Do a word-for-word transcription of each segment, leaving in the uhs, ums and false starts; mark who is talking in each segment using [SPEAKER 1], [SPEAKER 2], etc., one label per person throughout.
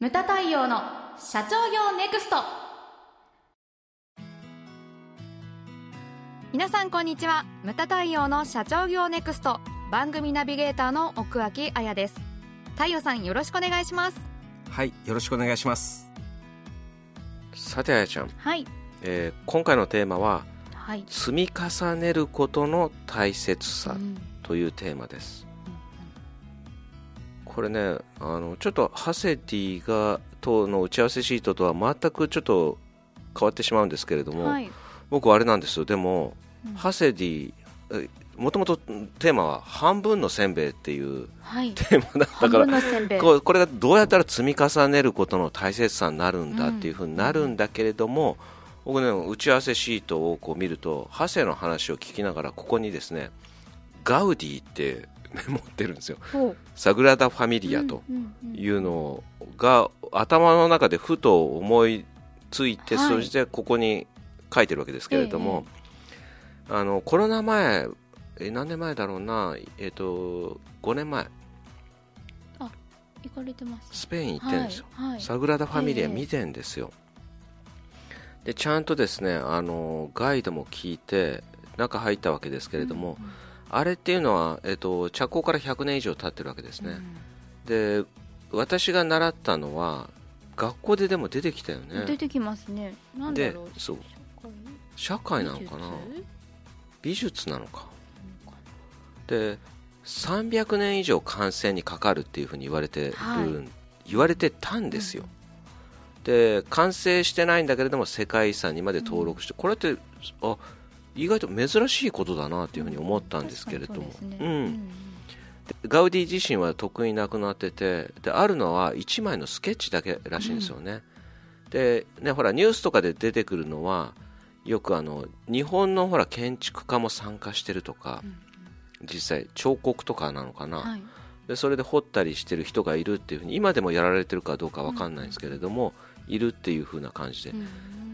[SPEAKER 1] ムタ太陽の社長業ネクスト。皆さんこんにちは。ムタ太陽の社長業ネクスト番組ナビゲーターの奥脇彩です。太陽さん、よろしくお願いします。
[SPEAKER 2] はい、よろしくお願いします。
[SPEAKER 3] さて、あやちゃん、
[SPEAKER 1] はい、
[SPEAKER 3] えー、今回のテーマは、
[SPEAKER 1] はい、
[SPEAKER 3] 積み重ねることの大切さというテーマです、うんうんうん、これね、あのちょっとハセディがとの打ち合わせシートとは全くちょっと変わってしまうんですけれども、はい、僕はあれなんですよ。でも、うん、ハセディもともとテーマは半分のせんべいっていう、はい、テーマだったからこ、これがどうやったら積み重ねることの大切さになるんだっていうふうになるんだけれども、うん、僕ね、打ち合わせシートをこう見るとハセの話を聞きながらここにですね、ガウディってメモってるんですよ。サグラダ・ファミリアというのが頭の中でふと思いついて、はい、そしてここに書いてるわけですけれども、ええ、あのコロナ前え何年前だろうな、えー、とごねんまえ、
[SPEAKER 1] あ、行かれてます。
[SPEAKER 3] スペイン行ってるんですよ、
[SPEAKER 1] はいはい、サ
[SPEAKER 3] グラダ・ファミリア見てるんですよ、えー、でちゃんとですね、あのガイドも聞いて中入ったわけですけれども、うんうん、あれっていうのは、えー、と着工からひゃくねん以上経ってるわけですね、うん、で私が習ったのは学校ででも出てきたよね。
[SPEAKER 1] 出てきますね。なんだろう、
[SPEAKER 3] でそう社会なのかな、美術なのかでさんびゃくねん以上完成にかかるっていうふうに言われてる、はい、言われてたんですよ、うん、で完成してないんだけれども世界遺産にまで登録して、うん、これってあ意外と珍しいことだなというふうに思ったんですけれども、うん、ね、うん、ガウディ自身は得意なくなってて、であるのはいちまいのスケッチだけらしいんですよね、うん、でね、ほらニュースとかで出てくるのはよくあの日本のほら建築家も参加してるとか、うん、実際彫刻とかなのかな、はい、でそれで彫ったりしてる人がいるっていうふうに今でもやられてるかどうか分かんないんですけれども、うん、いるっていうふうな感じで、うん、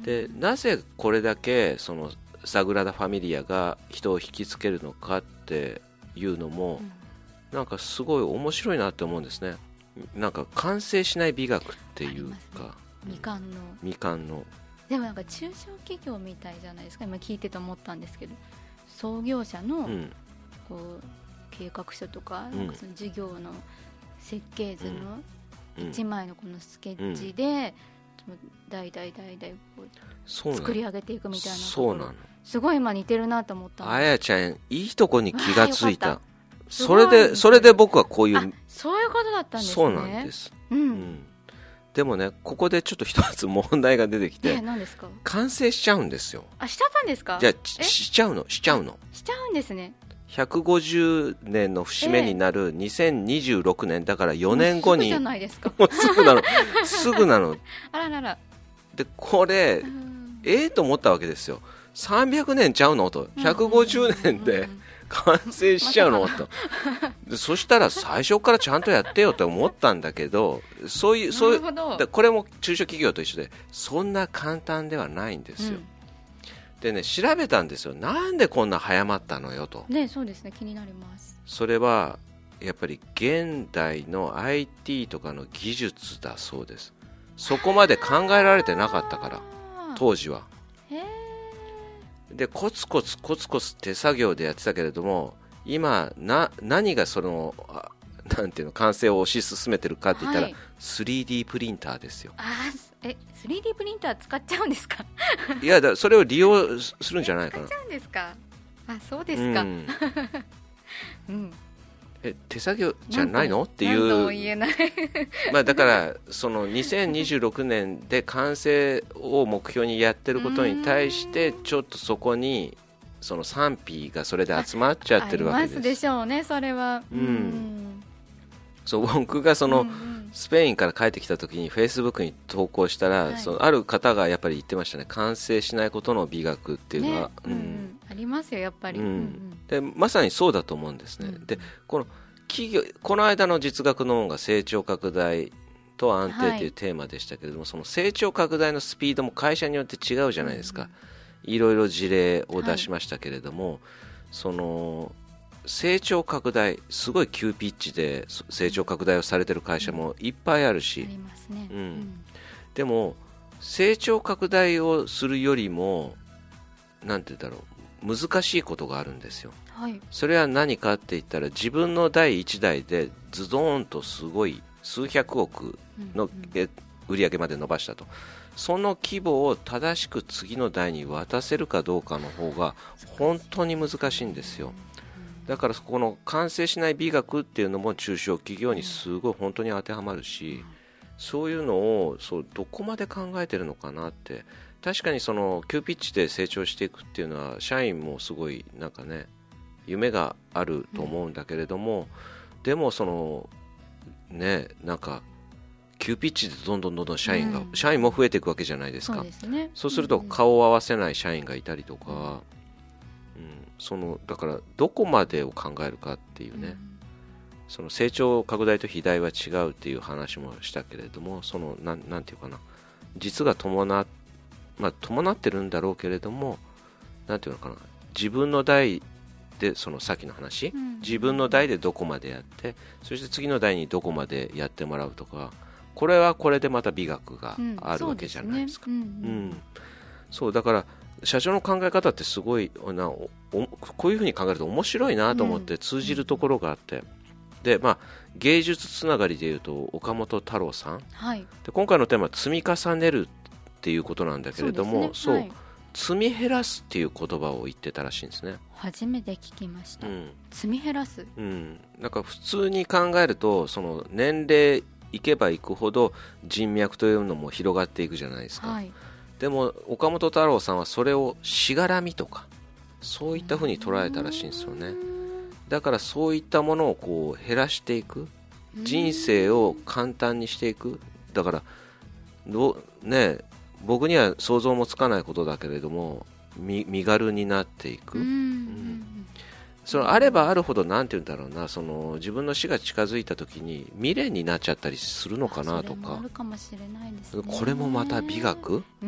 [SPEAKER 3] でなぜこれだけそのサグラダ・ファミリアが人を引きつけるのかっていうのも、うん、なんかすごい面白いなって思うんですね。なんか完成しない美学っていうか、
[SPEAKER 1] ね、未完の
[SPEAKER 3] 未完の
[SPEAKER 1] でもなんか中小企業みたいじゃないですか。今聞いてて思ったんですけど、創業者の、うんこう計画書とか、うん、なんかその事業の設計図のいちまいのこのスケッチで、うん、代々代々こう作り上げていくみたいなところ、そうなの、すごい今似てるなと思ったの。
[SPEAKER 3] あやちゃんいいとこに気がついた。それでそれで僕はこういう、
[SPEAKER 1] そういうことだったんですね。
[SPEAKER 3] そうなんです、うんうん、でもね、ここでちょっと一つ問題が出てきて、
[SPEAKER 1] 何ですか？
[SPEAKER 3] 完成しちゃうんですよ。
[SPEAKER 1] あ、しちゃったんですか？
[SPEAKER 3] じゃあしちゃうのしちゃうの
[SPEAKER 1] しちゃうんですね。
[SPEAKER 3] ひゃくごじゅうねんの節目になるにせんにじゅうろくねんだからよねんごに、
[SPEAKER 1] もうすぐじゃないですか。
[SPEAKER 3] もうすぐなのすぐなの
[SPEAKER 1] あららら。
[SPEAKER 3] でこれええー、と思ったわけですよ。さんびゃくねんちゃうのと、ひゃくごじゅうねんで完成しちゃうのと、でそしたら最初からちゃんとやってよと思ったんだけど、そういうそういうこれも中小企業と一緒でそんな簡単ではないんですよ、うんでね、調べたんですよ。なんでこんな早まったのよと、
[SPEAKER 1] ね、そうですね、気になります。
[SPEAKER 3] それはやっぱり現代の アイティー とかの技術だそうです。そこまで考えられてなかったから当時は。へでコツコツコツコツ手作業でやってたけれども、今な何がそのなんていうの完成を推し進めてるかって言ったら、はい、スリーディー プリンターですよ。
[SPEAKER 1] あえ スリーディー プリンター使っちゃうんですか？
[SPEAKER 3] いやだそれを利用するんじゃないかな。
[SPEAKER 1] 使っちゃうんですか？あ、そうですか、うんうん、
[SPEAKER 3] え手作業じゃないのっていう。
[SPEAKER 1] 何とも言えない
[SPEAKER 3] まあだからそのにせんにじゅうろくねんで完成を目標にやってることに対してちょっとそこにその賛否がそれで集まっちゃってるわけです。
[SPEAKER 1] ありますでしょうね、それは、
[SPEAKER 3] うん、うんそう僕がその、うんうん、スペインから帰ってきた時にフェイスブックに投稿したら、はい、そのある方がやっぱり言ってましたね。完成しないことの美学っていうのは、ねうんうん、
[SPEAKER 1] ありますよやっぱり、うんうん、
[SPEAKER 3] でまさにそうだと思うんですね、うん、でこの企業この間の実学の本が成長拡大と安定というテーマでしたけれども、はい、その成長拡大のスピードも会社によって違うじゃないですか、うん、いろいろ事例を出しましたけれども、はい、その成長拡大すごい急ピッチで成長拡大をされてる会社もいっぱいあるし、
[SPEAKER 1] ありますね、
[SPEAKER 3] うん
[SPEAKER 1] うん、
[SPEAKER 3] でも成長拡大をするよりもなんて言うんだろう、難しいことがあるんですよ、
[SPEAKER 1] はい、
[SPEAKER 3] それは何かって言ったら、自分の第一代でズドーンとすごい数百億の売り上げまで伸ばしたと、その規模を正しく次の代に渡せるかどうかの方が本当に難しいんですよ。だからこの完成しない美学っていうのも中小企業にすごい本当に当てはまるし、そういうのをそうどこまで考えてるのかなって。確かにその急ピッチで成長していくっていうのは社員もすごいなんかね夢があると思うんだけれども、うん、でもそのねなんか急ピッチでどんどんどんどん社員が、うん、社員も増えていくわけじゃないですか。
[SPEAKER 1] そうですね、
[SPEAKER 3] そうすると顔を合わせない社員がいたりとか、うんうん、そのだからどこまでを考えるかっていうね、うん、その成長拡大と肥大は違うっていう話もしたけれども、そのなんなんていうかな、実が伴ってまあ、伴ってるんだろうけれども、なんていうのかな、自分の代でその先の話、うん、自分の代でどこまでやって、そして次の代にどこまでやってもらうとか、これはこれでまた美学があるわけじゃないですか。そうだから社長の考え方ってすごいなおこういうふうに考えると面白いなと思って通じるところがあって、うん、でまあ、芸術つながりでいうと岡本太郎さん、はい、で今回のテーマは積み重ねるっていうことなんだけれども、そう、ね、はい、積み減らすっていう言葉を言ってたらしいんですね。
[SPEAKER 1] 初めて聞きました、うん、積み減らす、
[SPEAKER 3] うん、なんか普通に考えるとその年齢いけばいくほど人脈というのも広がっていくじゃないですか、はい、でも岡本太郎さんはそれをしがらみとかそういったふうに捉えたらしいんですよね。だからそういったものをこう減らしていく、人生を簡単にしていく、だからどね僕には想像もつかないことだけれども 身, 身軽になっていく、うんうん、そのあればあるほどなんて言うんだろうな、その自分の死が近づいた時に未練になっちゃったりするのかなとか、
[SPEAKER 1] それもあるかもしれないですね。
[SPEAKER 3] これもまた美学、うん、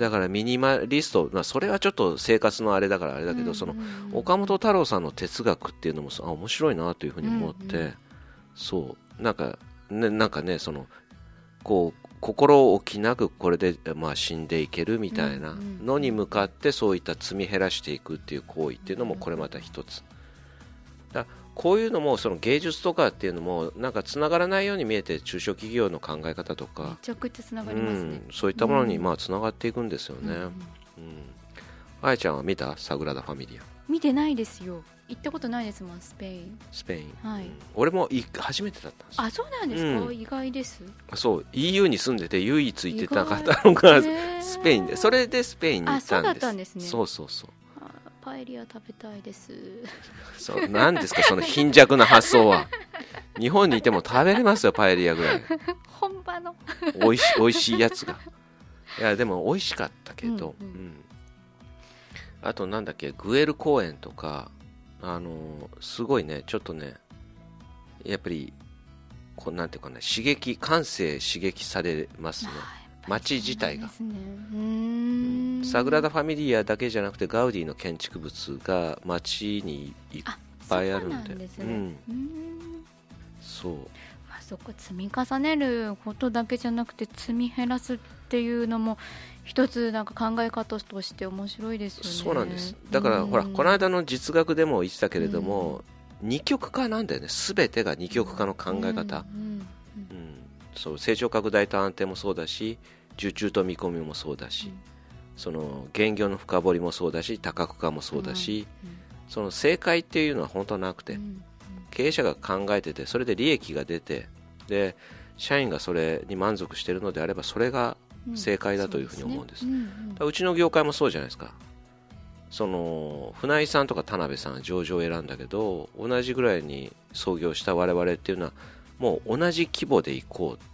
[SPEAKER 3] だからミニマリスト、まあ、それはちょっと生活のあれだからあれだけど、うんうん、その岡本太郎さんの哲学っていうのもあ面白いなというふうに思って、うんうん、そうなんかね、なんかねそのこう心置きなくこれで、まあ、死んでいけるみたいなのに向かってそういった積み減らしていくっていう行為っていうのもこれまた一つだ。こういうのもその芸術とかっていうのもなんかつながらないように見えて中小企業の考え方とか
[SPEAKER 1] めちゃくちゃつながりますね、うん、
[SPEAKER 3] そういったものにまあつながっていくんですよね、うんうん、あやちゃんは見たサグラダ・ファミリア？
[SPEAKER 1] 見てないですよ。行ったことないですもん、スペイン。
[SPEAKER 3] スペイン、
[SPEAKER 1] はい、うん、
[SPEAKER 3] 俺も初めてだったんです。
[SPEAKER 1] あ、そうなんですか、うん、意外です。
[SPEAKER 3] そう イーユー に住んでて唯一行ってなかったのがスペインで、それでスペインに行ったんです。
[SPEAKER 1] あ、そうだったんですね。
[SPEAKER 3] そうそうそう、
[SPEAKER 1] あ、パエリア食べたいです。
[SPEAKER 3] そうなんですかその貧弱な発想は。日本にいても食べれますよパエリアぐらい。
[SPEAKER 1] 本場の
[SPEAKER 3] おいしい、おいしいやつが。いやでも美味しかったけど、うんうんうん、あとなんだっけ、グエル公園とか、あのー、すごいね、ちょっとねやっぱりこうなんていうかね、刺激、感性刺激されますね、街自体が、ね、うーん、サグラダ・ファミリアだけじゃなくてガウディの建築物が街にいっぱいあるんで、あ、そうなんですね、うん、うーん、そう、
[SPEAKER 1] まあ、そこ積み重ねることだけじゃなくて積み減らすっていうのも一つなんか考え方として面白いですよね。
[SPEAKER 3] そうなんです。だから、うん、ほらこの間の実学でも言ってたけれども、うん、二極化なんだよね。全てが二極化の考え方、うんうんうん、そう成長拡大と安定もそうだし、受注と見込みもそうだし、うん、その現業の深掘りもそうだし、多角化もそうだし、うんうん、その正解っていうのは本当はなくて、うんうん、経営者が考えててそれで利益が出て、で社員がそれに満足しているのであればそれが正解だというふうに思うんです。うん、うですね、うんうん、うちの業界もそうじゃないですか。その船井さんとか田辺さんは上場を選んだけど、同じぐらいに創業した我々っていうのはもう同じ規模でいこうって、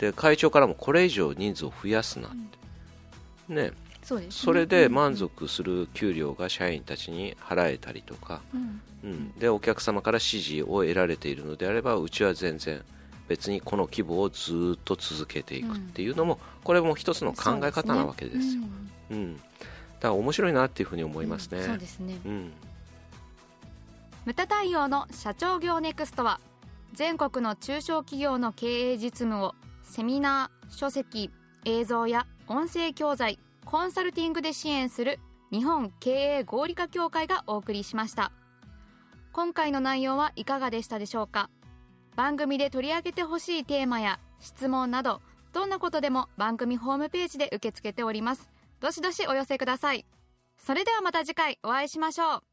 [SPEAKER 3] で会長からもこれ以上人数を増やすなって、うん、ね、そうですね、それで満足する給料が社員たちに払えたりとか、うんうん、でお客様から支持を得られているのであれば、うちは全然別にこの規模をずっと続けていくっていうのも、うん、これも一つの考え方なわけですよ。そうですね、うんうん、だから面白いなっていうふうに思いますね。
[SPEAKER 1] うん、そうですね、
[SPEAKER 3] うん、
[SPEAKER 4] ムタ太陽の社長業ネクストは、全国の中小企業の経営実務をセミナー、書籍、映像や音声教材、コンサルティングで支援する日本経営合理化協会がお送りしました。今回の内容はいかがでしたでしょうか。番組で取り上げてほしいテーマや質問など、どんなことでも番組ホームページで受け付けております。どしどしお寄せください。それではまた次回お会いしましょう。